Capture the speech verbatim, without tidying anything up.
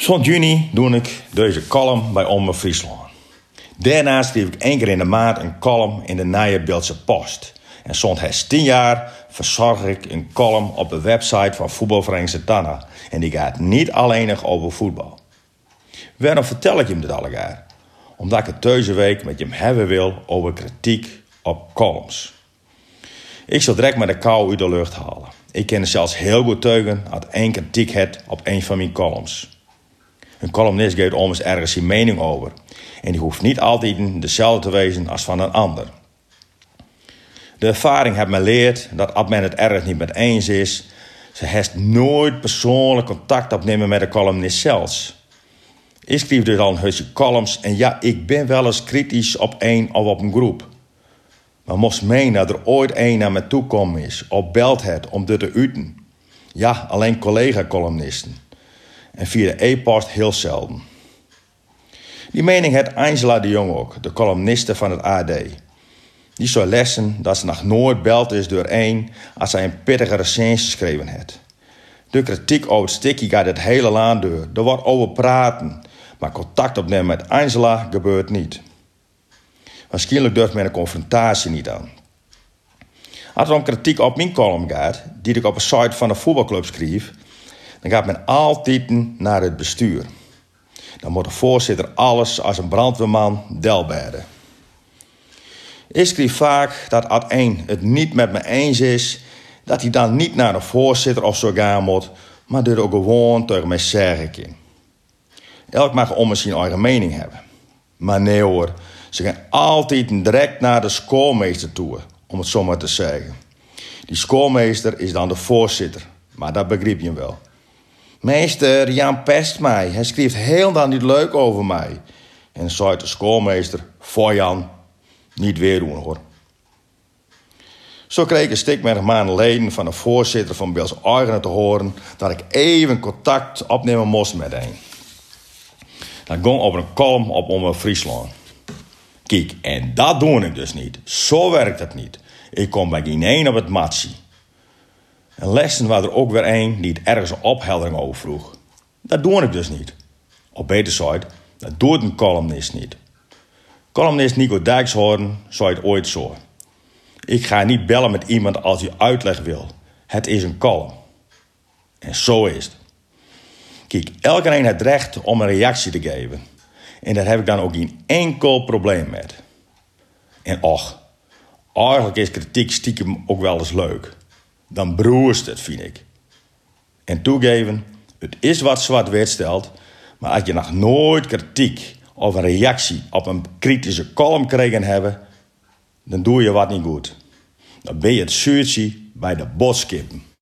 Zondag juni doe ik deze column bij Omroep Friesland. Daarna schreef ik één keer in de maand een column in de Nije Beeldse Post. En zondag tien jaar verzorg ik een column op de website van voetbalvereniging Tanna. En die gaat niet alleen over voetbal. Waarom vertel ik je hem dit allegaar? Omdat ik het deze week met je hem hebben wil over kritiek op columns. Ik zal direct met de kou uit de lucht halen. Ik ken er zelfs heel goed teugen als één kritiek het op een van mijn columns. Een columnist geeft ommers ergens zijn mening over. En die hoeft niet altijd dezelfde te wezen als van een ander. De ervaring heeft me geleerd dat als men het ergens niet met eens is, ze heeft nooit persoonlijk contact opnemen met de columnist zelfs. Ik schreef dus al een hutje columns en ja, ik ben wel eens kritisch op één of op een groep. Maar moest meen dat er ooit één naar me toe komen is, of belt het om dit te uiten. Ja, alleen collega-columnisten. En via de e-post heel zelden. Die mening had Angela de Jong ook, de columniste van het A D. Die zou lessen dat ze nog nooit beld is door één als zij een pittige recensie geschreven heeft. De kritiek over het stikkie gaat het hele land door. Er wordt over praten, maar contact opnemen met Angela gebeurt niet. Waarschijnlijk durft men een confrontatie niet aan. Als er om kritiek op mijn column gaat, die ik op een site van de voetbalclub schreef, dan gaat men altijd naar het bestuur. Dan moet de voorzitter alles als een brandweerman delbeden. Ik schreef vaak dat als één het niet met me eens is, dat hij dan niet naar de voorzitter of zo gaan moet, maar dit ook gewoon tegen mij zeggen kan. Elk mag om zijn eigen mening hebben. Maar nee hoor, ze gaan altijd direct naar de schoolmeester toe, om het zo maar te zeggen. Die schoolmeester is dan de voorzitter, maar dat begrijp je wel. Meester, Jan pest mij. Hij schreef heel dan niet leuk over mij. En zei de schoolmeester, voor Jan, niet weer doen hoor. Zo kreeg ik een stuk met een maand geleden van de voorzitter van Beelse Eigenen te horen dat ik even contact opnemen moest met een. Dat ging op een column op Omroep Friesland. Kijk, en dat doe ik dus niet. Zo werkt het niet. Ik kom bij geen één op het matsie. En lessen was er ook weer een die het ergens een opheldering over vroeg. Dat doe ik dus niet. Of beter gezegd, dat doet een columnist niet. Columnist Nico Dijkshoorn zei het ooit zo. Ik ga niet bellen met iemand als hij uitleg wil. Het is een column. En zo is het. Kijk, elke een heeft het recht om een reactie te geven. En daar heb ik dan ook geen enkel probleem met. En och, eigenlijk is kritiek stiekem ook wel eens leuk. Dan broerst het, vind ik. En toegeven, het is wat zwart-wit stelt, maar als je nog nooit kritiek of een reactie op een kritische column gekregen hebben, dan doe je wat niet goed. Dan ben je het zuurtje bij de boskippen.